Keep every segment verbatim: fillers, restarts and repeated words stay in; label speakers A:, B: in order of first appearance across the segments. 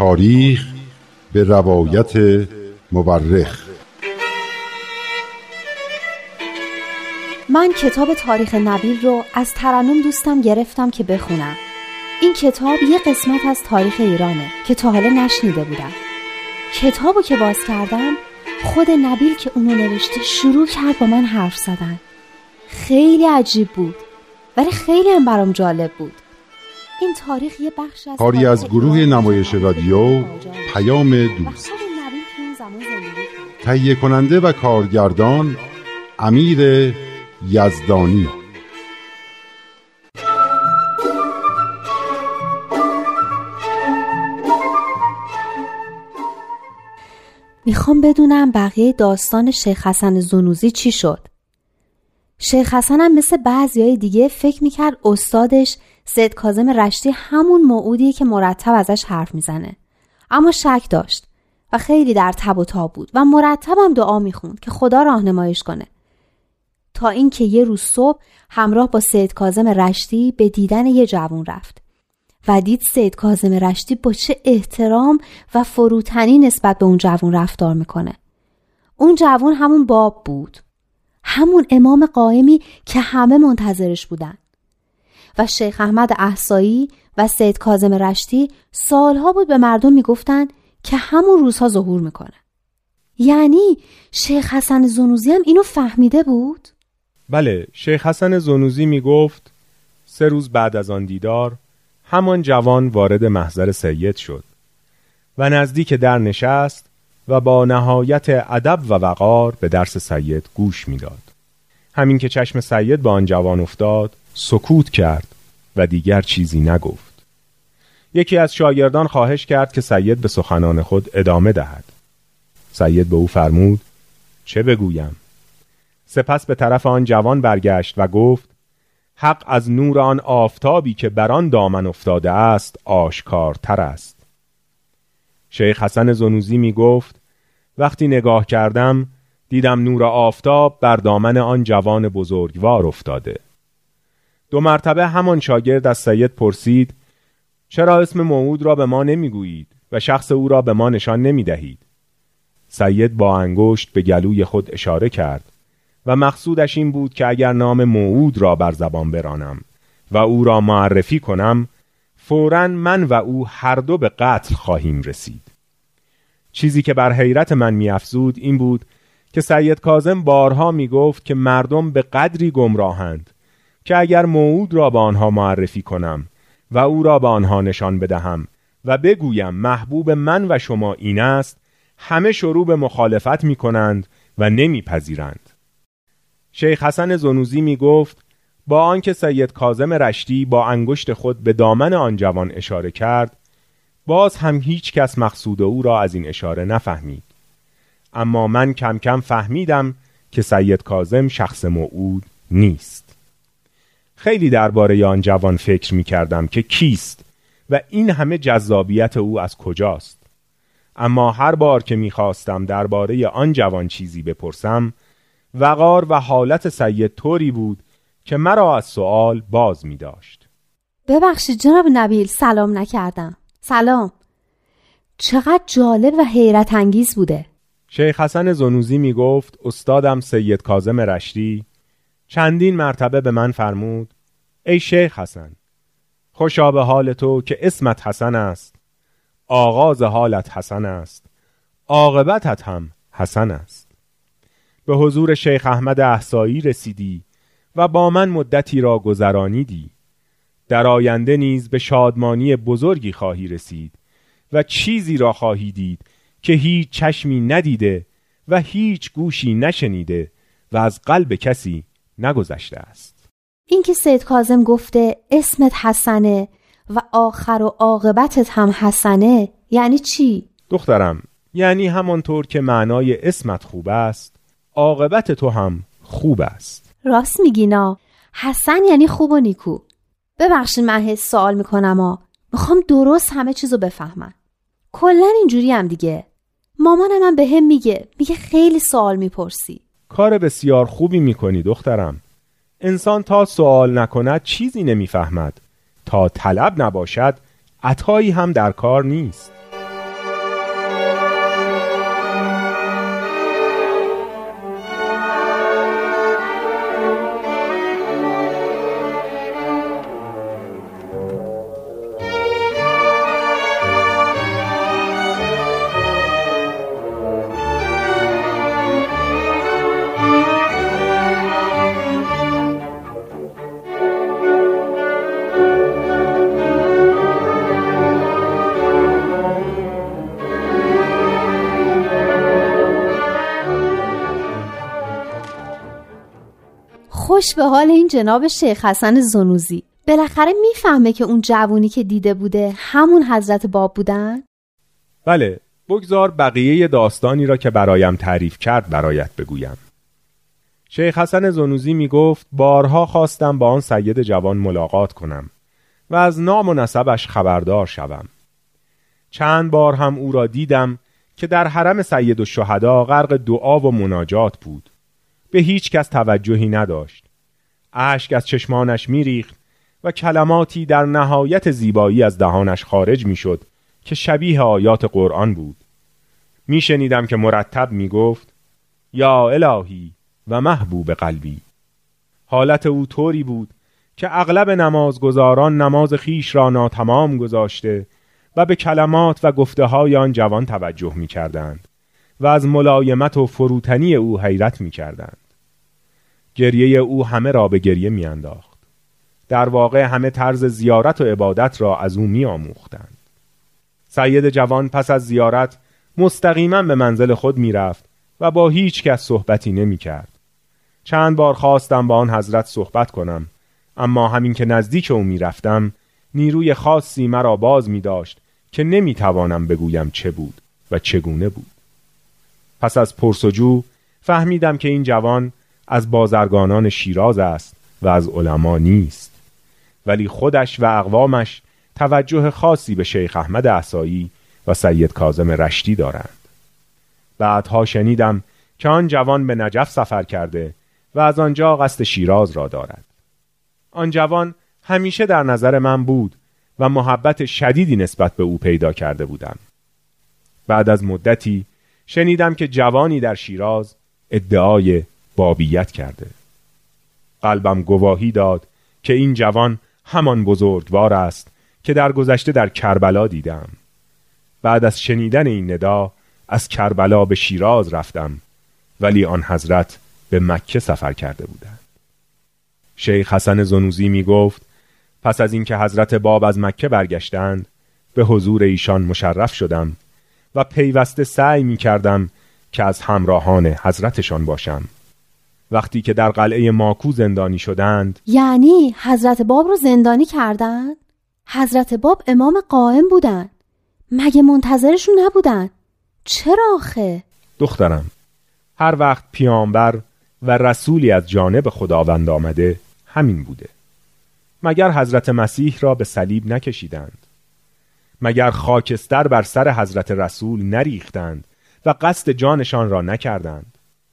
A: تاریخ به روایت مورخ.
B: من کتاب تاریخ نبیل رو از ترنم دوستم گرفتم که بخونم. این کتاب یه قسمت از تاریخ ایرانه که تا حالا نشنیده بودم. کتابو که باز کردم، خود نبیل که اونو نوشته شروع کرد با من حرف زدن. خیلی عجیب بود، ولی خیلی هم برام جالب بود. این تاریخ یه بخش از
A: کاری از گروه نمایش رادیو پیام دوست، تهیه کننده و کارگردان امیر یزدانی.
B: میخوام بدونم بقیه داستان شیخ حسن زنوزی چی شد. شیخ حسن هم مثل بعضیای دیگه فکر میکرد استادش سید کاظم رشتی همون موعودیه که مرتب ازش حرف میزنه، اما شک داشت و خیلی در تب و تاب بود و مرتب هم دعا میخوند که خدا راهنماییش کنه، تا اینکه یه روز صبح همراه با سید کاظم رشتی به دیدن یه جوان رفت و دید سید کاظم رشتی با چه احترام و فروتنی نسبت به اون جوان رفتار میکنه. اون جوان همون باب بود، همون امام قائمی که همه منتظرش بودن. و شیخ احمد احصایی و سید کاظم رشتی سالها بود به مردم میگفتن که همون روزها ظهور میکنه. یعنی شیخ حسن زنوزی هم اینو فهمیده بود؟
C: بله، شیخ حسن زنوزی میگفت سه روز بعد از آن دیدار همان جوان وارد محضر سید شد و نزدیک در نشست و با نهایت ادب و وقار به درس سید گوش میداد. همین که چشم سید با آن جوان افتاد سکوت کرد و دیگر چیزی نگفت. یکی از شاگردان خواهش کرد که سید به سخنان خود ادامه دهد. سید به او فرمود چه بگویم؟ سپس به طرف آن جوان برگشت و گفت حق از نور آن آفتابی که بر آن دامن افتاده است آشکارتر است. شیخ حسن زنوزی می گفت وقتی نگاه کردم دیدم نور آفتاب بر دامن آن جوان بزرگوار افتاده. دو مرتبه همان شاگرد از سید پرسید چرا اسم موعود را به ما نمی گویید و شخص او را به ما نشان نمی دهید؟ سید با انگشت به گلوی خود اشاره کرد و مقصودش این بود که اگر نام موعود را بر زبان برانم و او را معرفی کنم، فوراً من و او هر دو به قتل خواهیم رسید. چیزی که بر حیرت من می افزود این بود که سید کاظم بارها می گفت که مردم به قدری گمراهند که اگر موعود را به آنها معرفی کنم و او را به آنها نشان بدهم و بگویم محبوب من و شما این است، همه شروع به مخالفت می کنند و نمی پذیرند. شیخ حسن زنوزی می گفت با آنکه سید کاظم رشتی با انگشت خود به دامن آن جوان اشاره کرد، باز هم هیچ کس مقصود او را از این اشاره نفهمید. اما من کم کم فهمیدم که سید کاظم شخص موعود نیست. خیلی درباره آن جوان فکر می کردم که کیست و این همه جذابیت او از کجاست. اما هر بار که می خواستم درباره آن جوان چیزی بپرسم، وقار و حالت سید طوری بود که مرا از سوال باز می داشت.
B: ببخشید جناب نبیل، سلام نکردم. سلام. چقدر جالب و حیرت انگیز بوده.
C: شیخ حسن زنوزی می گفت استادم سید کاظم رشتی چندین مرتبه به من فرمود ای شیخ حسن، خوشا به حال تو که اسمت حسن است، آغاز حالت حسن است، عاقبتت هم حسن است. به حضور شیخ احمد احصایی رسیدی و با من مدتی را گذرانیدی. در آینده نیز به شادمانی بزرگی خواهی رسید و چیزی را خواهی دید که هیچ چشمی ندیده و هیچ گوشی نشنیده و از قلب کسی نگذشته است.
B: این که سید کاظم گفته اسمت حسنه و آخر و عاقبتت هم حسنه یعنی چی؟
C: دخترم، یعنی همانطور که معنای اسمت خوب است، عاقبت تو هم خوب است.
B: راست میگینا. حسن یعنی خوب و نیکو. ببخشید من هیچ سوال میکنم ها. میخوام درست همه چیزو بفهمم. کلا اینجوری هم دیگه. مامانم هم به هم میگه میگه خیلی سوال میپرسی.
C: کار بسیار خوبی میکنی دخترم. انسان تا سوال نکند چیزی نمیفهمد. تا طلب نباشد عطایی هم در کار نیست.
B: خوش به حال این جناب شیخ حسن زنوزی. بالاخره میفهمه که اون جوونی که دیده بوده همون حضرت باب بودن؟
C: بله، بگذار بقیه داستانی را که برایم تعریف کرد برایت بگویم. شیخ حسن زنوزی می گفت بارها خواستم با آن سید جوان ملاقات کنم و از نام و نسبش خبردار شوم. چند بار هم او را دیدم که در حرم سید الشهدا غرق دعا و مناجات بود. به هیچ کس توجهی نداشت. اشک از چشمانش می ریخت و کلماتی در نهایت زیبایی از دهانش خارج می شد که شبیه آیات قرآن بود. می شنیدم که مرتب می گفت یا الهی و محبوب قلبی. حالت او طوری بود که اغلب نمازگزاران نماز خیش را ناتمام گذاشته و به کلمات و گفته های آن جوان توجه می کردند و از ملایمت و فروتنی او حیرت می کردند. گریه او همه را به گریه می انداخت. در واقع همه طرز زیارت و عبادت را از او می آموختند. سید جوان پس از زیارت مستقیما به منزل خود می رفت و با هیچ کس صحبتی نمی کرد. چند بار خواستم با آن حضرت صحبت کنم، اما همین که نزدیک او می رفتم نیروی خاصی مرا باز می داشت که نمی توانم بگویم چه بود و چگونه بود. پس از پرسجو فهمیدم که این جوان از بازرگانان شیراز است و از علما نیست، ولی خودش و اقوامش توجه خاصی به شیخ احمد احصایی و سید کاظم رشتی دارند. بعدها شنیدم که آن جوان به نجف سفر کرده و از آنجا قصد شیراز را دارد. آن جوان همیشه در نظر من بود و محبت شدیدی نسبت به او پیدا کرده بودم. بعد از مدتی شنیدم که جوانی در شیراز ادعای بابیت کرده. قلبم گواهی داد که این جوان همان بزرگوار است که در گذشته در کربلا دیدم. بعد از شنیدن این ندا از کربلا به شیراز رفتم، ولی آن حضرت به مکه سفر کرده بودند. شیخ حسن زنوزی می گفت پس از اینکه حضرت باب از مکه برگشتند به حضور ایشان مشرف شدم و پیوسته سعی می کردم که از همراهان حضرتشان باشم. وقتی که در قلعه ماکو زندانی شدند.
B: یعنی حضرت باب رو زندانی کردند؟ حضرت باب امام قائم بودند، مگه منتظرشون نبودن؟ چرا آخه؟
C: دخترم، هر وقت پیامبر و رسولی از جانب خداوند آمده همین بوده. مگر حضرت مسیح را به صلیب نکشیدند؟ مگر خاکستر بر سر حضرت رسول نریختند و قصد جانشان را نکردند؟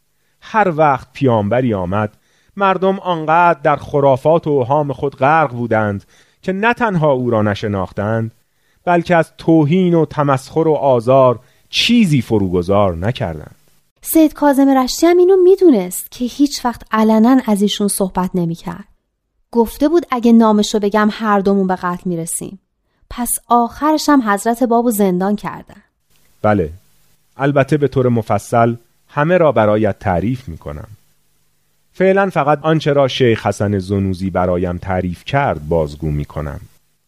C: هر وقت پیامبری آمد مردم آنقدر در خرافات و اوهام خود غرق بودند که نه تنها او را نشناختند، بلکه از توهین و تمسخر و آزار چیزی فروگذار نکردند.
B: سید کاظم رشتی هم اینو میدونست که هیچ وقت علنا از ایشون صحبت نمیکرد. گفته بود اگه نامشو بگم هر دومون به قتل میرسیم. پس آخرش هم حضرت بابو زندان کردن.
C: بله، البته به طور مفصل همه را برایت تعریف میکنم. فعلا فقط آنچه را شیخ حسن زنوزی برایم تعریف کرد بازگو میکنم.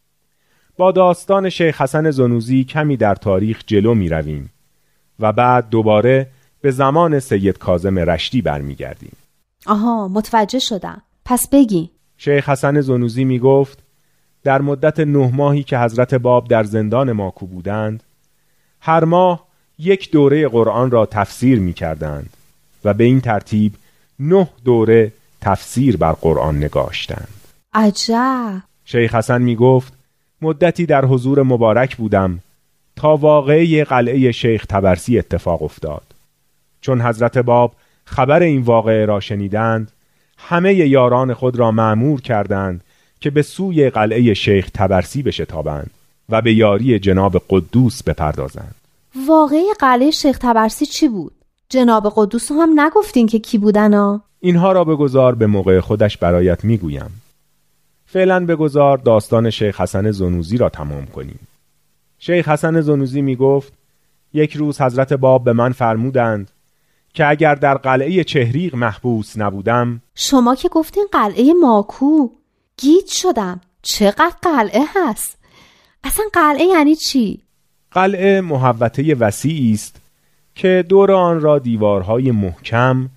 C: با داستان شیخ حسن زنوزی کمی در تاریخ جلو می رویم و بعد دوباره به زمان سید کاظم رشتی برمیگردیم.
B: آها، متوجه شدم. پس بگی.
C: شیخ حسن زنوزی می گفت در مدت نه ماهی که حضرت باب در زندان ماکو بودند، هر ماه یک دوره قرآن را تفسیر می کردند و به این ترتیب نه دوره تفسیر بر قرآن نگاشتند.
B: عجب.
C: شیخ حسن می گفت مدتی در حضور مبارک بودم تا واقعه قلعه شیخ طبرسی اتفاق افتاد. چون حضرت باب خبر این واقعه را شنیدند، همه یاران خود را مأمور کردند که به سوی قلعه شیخ طبرسی بشتابند و به یاری جناب قدوس بپردازند.
B: واقعه قلعه شیخ طبرسی چی بود؟ جناب قدوس هم نگفتین که کی بودن ها؟
C: اینها را بگذار به موقع خودش برایت میگویم. فعلا بگذار داستان شیخ حسن زنوزی را تمام کنیم. شیخ حسن زنوزی می گفت یک روز حضرت باب به من فرمودند که اگر در قلعه چهریق محبوس نبودم.
B: شما که گفتین قلعه ماکو، گیج شدم. چقدر قلعه هست؟ اصلا قلعه یعنی چی؟
C: قلعه محوطه وسیعی است که دور آن را دیوارهای محکم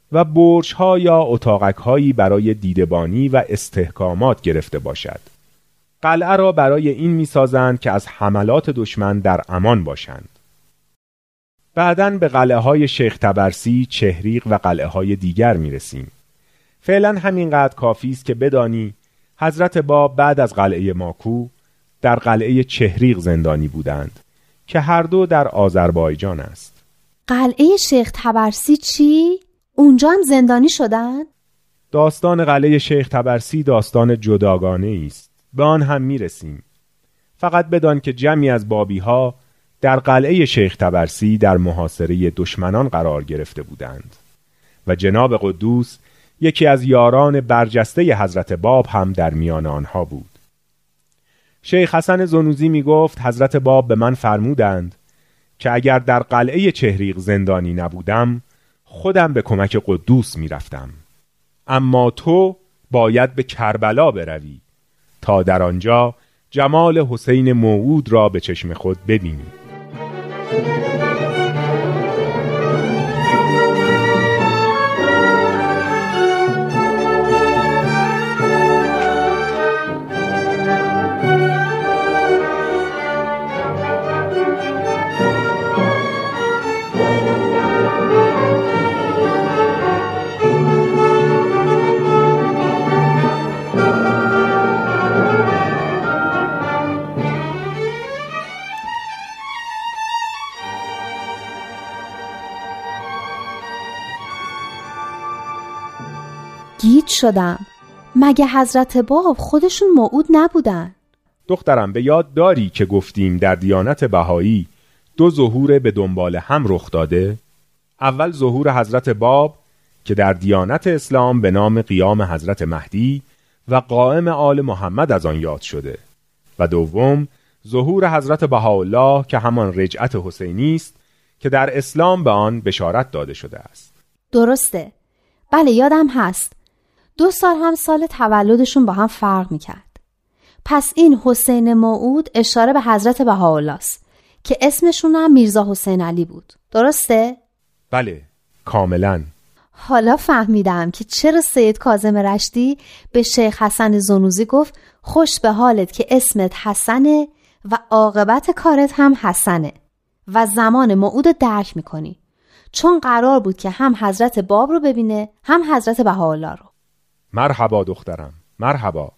C: و برج‌ها یا اتاقک‌هایی برای دیدبانی و استحکامات گرفته باشد. قلعه را برای این می‌سازند که از حملات دشمن در امان باشند. بعداً به قلعه‌های شیخ طبرسی، چهریق و قلعه‌های دیگر می‌رسیم. فعلاً همینقدر کافی است که بدانی حضرت باب بعد از قلعه ماکو در قلعه چهریق زندانی بودند که هر دو در آذربایجان است.
B: قلعه شیخ طبرسی چی؟ اونجا هم زندانی شدن؟
C: داستان قلعه شیخ طبرسی داستان جداگانه است. به آن هم می‌رسیم. فقط بدان که جمعی از بابی‌ها در قلعه شیخ طبرسی در محاصره دشمنان قرار گرفته بودند و جناب قدوس یکی از یاران برجسته حضرت باب هم در میان آنها بود. شیخ حسن زنوزی می گفت حضرت باب به من فرمودند که اگر در قلعه چهریق زندانی نبودم خودم به کمک قدوس می رفتم. اما تو باید به کربلا بروی تا در آنجا جمال حسین موعود را به چشم خود ببینی.
B: گیج شدم. مگه حضرت باب خودشون موعود نبودن؟
C: دخترم به یاد داری که گفتیم در دیانت بهایی دو ظهور به دنبال هم رخ داده؟ اول ظهور حضرت باب که در دیانت اسلام به نام قیام حضرت مهدی و قائم آل محمد از آن یاد شده و دوم ظهور حضرت بهاءالله که همان رجعت حسینی است که در اسلام به آن بشارت داده شده است.
B: درسته. بله یادم هست. دو سال هم سال تولدشون با هم فرق میکرد. پس این حسین موعود اشاره به حضرت بهاءالله است که اسمشون هم میرزا حسین علی بود. درسته؟
C: بله، کاملا.
B: حالا فهمیدم که چرا سید کاظم رشتی به شیخ حسن زنوزی گفت خوش به حالت که اسمت حسنه و عاقبت کارت هم حسنه و زمان موعود درک میکنی، چون قرار بود که هم حضرت باب رو ببینه هم حضرت بهاءالله رو.
C: مرحبا دخترم، مرحبا.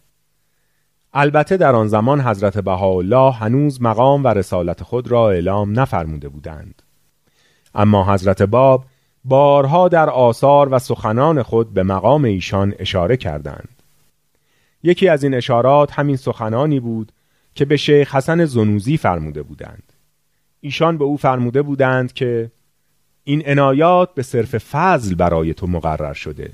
C: البته در آن زمان حضرت بهاءالله هنوز مقام و رسالت خود را اعلام نفرموده بودند، اما حضرت باب بارها در آثار و سخنان خود به مقام ایشان اشاره کردند. یکی از این اشارات همین سخنانی بود که به شیخ حسن زنوزی فرموده بودند. ایشان به او فرموده بودند که این عنایات به صرف فضل برای تو مقرر شده.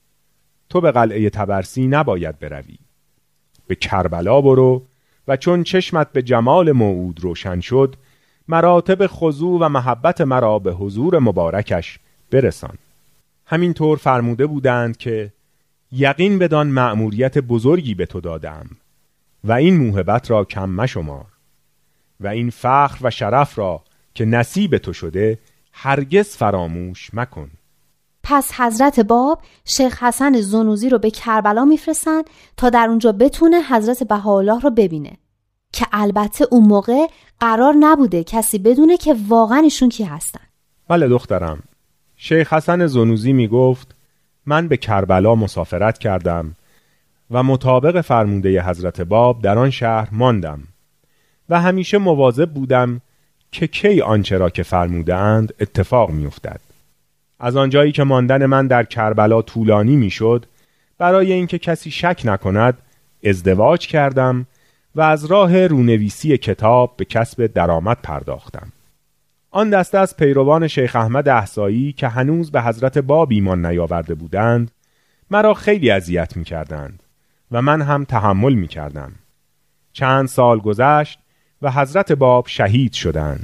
C: تو به قلعه طبرسی نباید بروی. به کربلا برو و چون چشمت به جمال موعود روشن شد مراتب خضوع و محبت مرا به حضور مبارکش برسان. همینطور فرموده بودند که یقین بدان مأموریت بزرگی به تو دادم و این موهبت را کم مشمار و این فخر و شرف را که نصیب تو شده هرگز فراموش مکن.
B: پس حضرت باب شیخ حسن زنوزی رو به کربلا میفرستن تا در اونجا بتونه حضرت بهاءالله رو ببینه، که البته اون موقع قرار نبوده کسی بدونه که واقعا ایشون کی هستن.
C: بله دخترم. شیخ حسن زنوزی می گفت من به کربلا مسافرت کردم و مطابق فرموده حضرت باب در آن شهر ماندم و همیشه مواظب بودم که کی آنچه را که فرمودند اتفاق می افتد. از آنجایی که ماندن من در کربلا طولانی می شد، برای اینکه کسی شک نکند ازدواج کردم و از راه رونویسی کتاب به کسب درآمد پرداختم. آن دسته از پیروان شیخ احمد احصایی که هنوز به حضرت باب ایمان نیاورده بودند مرا خیلی اذیت می کردند و من هم تحمل می کردم. چند سال گذشت و حضرت باب شهید شدند.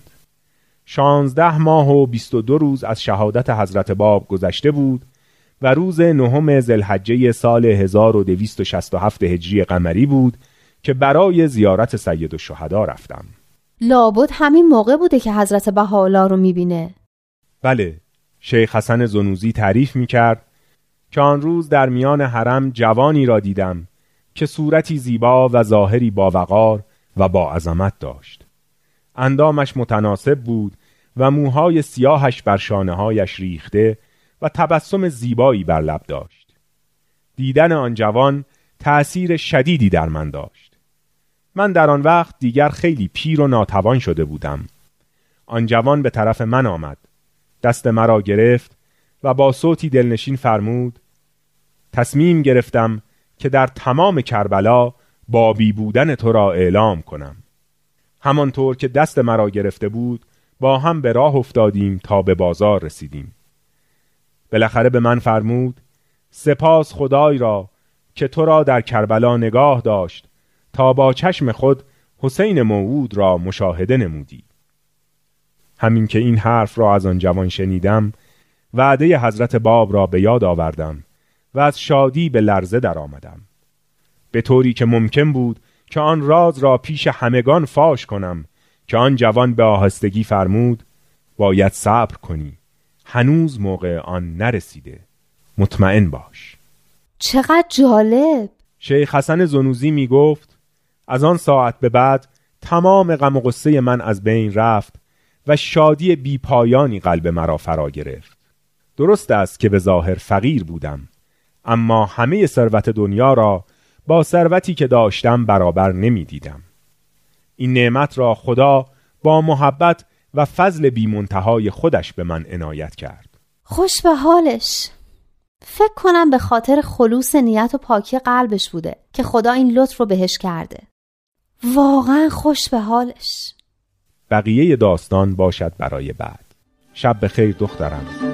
C: شانزده ماه و بیست و دو روز از شهادت حضرت باب گذشته بود و روز نهم ذوالحجه سال هزار و دویست و شصت و هفت هجری قمری بود که برای زیارت سیدالشهدا رفتم.
B: لابد همین موقع بوده که حضرت بهاءالله رو میبینه.
C: بله، شیخ حسن زنوزی تعریف می کرد که آن روز در میان حرم جوانی را دیدم که صورتی زیبا و ظاهری با وقار و با عظمت داشت. اندامش متناسب بود و موهای سیاهش بر شانه‌هایش ریخته و تبسم زیبایی بر لب داشت. دیدن آن جوان تأثیر شدیدی در من داشت. من در آن وقت دیگر خیلی پیر و ناتوان شده بودم. آن جوان به طرف من آمد، دست مرا گرفت و با صوتی دلنشین فرمود: تصمیم گرفتم که در تمام کربلا بابی بودن تو را اعلام کنم. همانطور که دست مرا گرفته بود با هم به راه افتادیم تا به بازار رسیدیم. بالاخره به من فرمود: سپاس خدای را که تو را در کربلا نگاه داشت تا با چشم خود حسین موعود را مشاهده نمودی. همین که این حرف را از آن جوان شنیدم، وعده حضرت باب را به یاد آوردم و از شادی به لرزه در آمدم، به طوری که ممکن بود که آن راز را پیش همگان فاش کنم که آن جوان به آهستگی فرمود: باید صبر کنی، هنوز موقع آن نرسیده، مطمئن باش.
B: چقدر جالب.
C: شیخ حسن زنوزی می گفت از آن ساعت به بعد تمام غم و غصه من از بین رفت و شادی بی پایانی قلب مرا فرا گرفت. درست است که به ظاهر فقیر بودم، اما همه ثروت دنیا را با ثروتی که داشتم برابر نمی دیدم. این نعمت را خدا با محبت و فضل بی منتهای خودش به من عنایت کرد.
B: خوش به حالش. فکر کنم به خاطر خلوص نیت و پاکی قلبش بوده که خدا این لطف رو بهش کرده. واقعا خوش به حالش.
C: بقیه داستان باشد برای بعد. شب بخیر دخترم.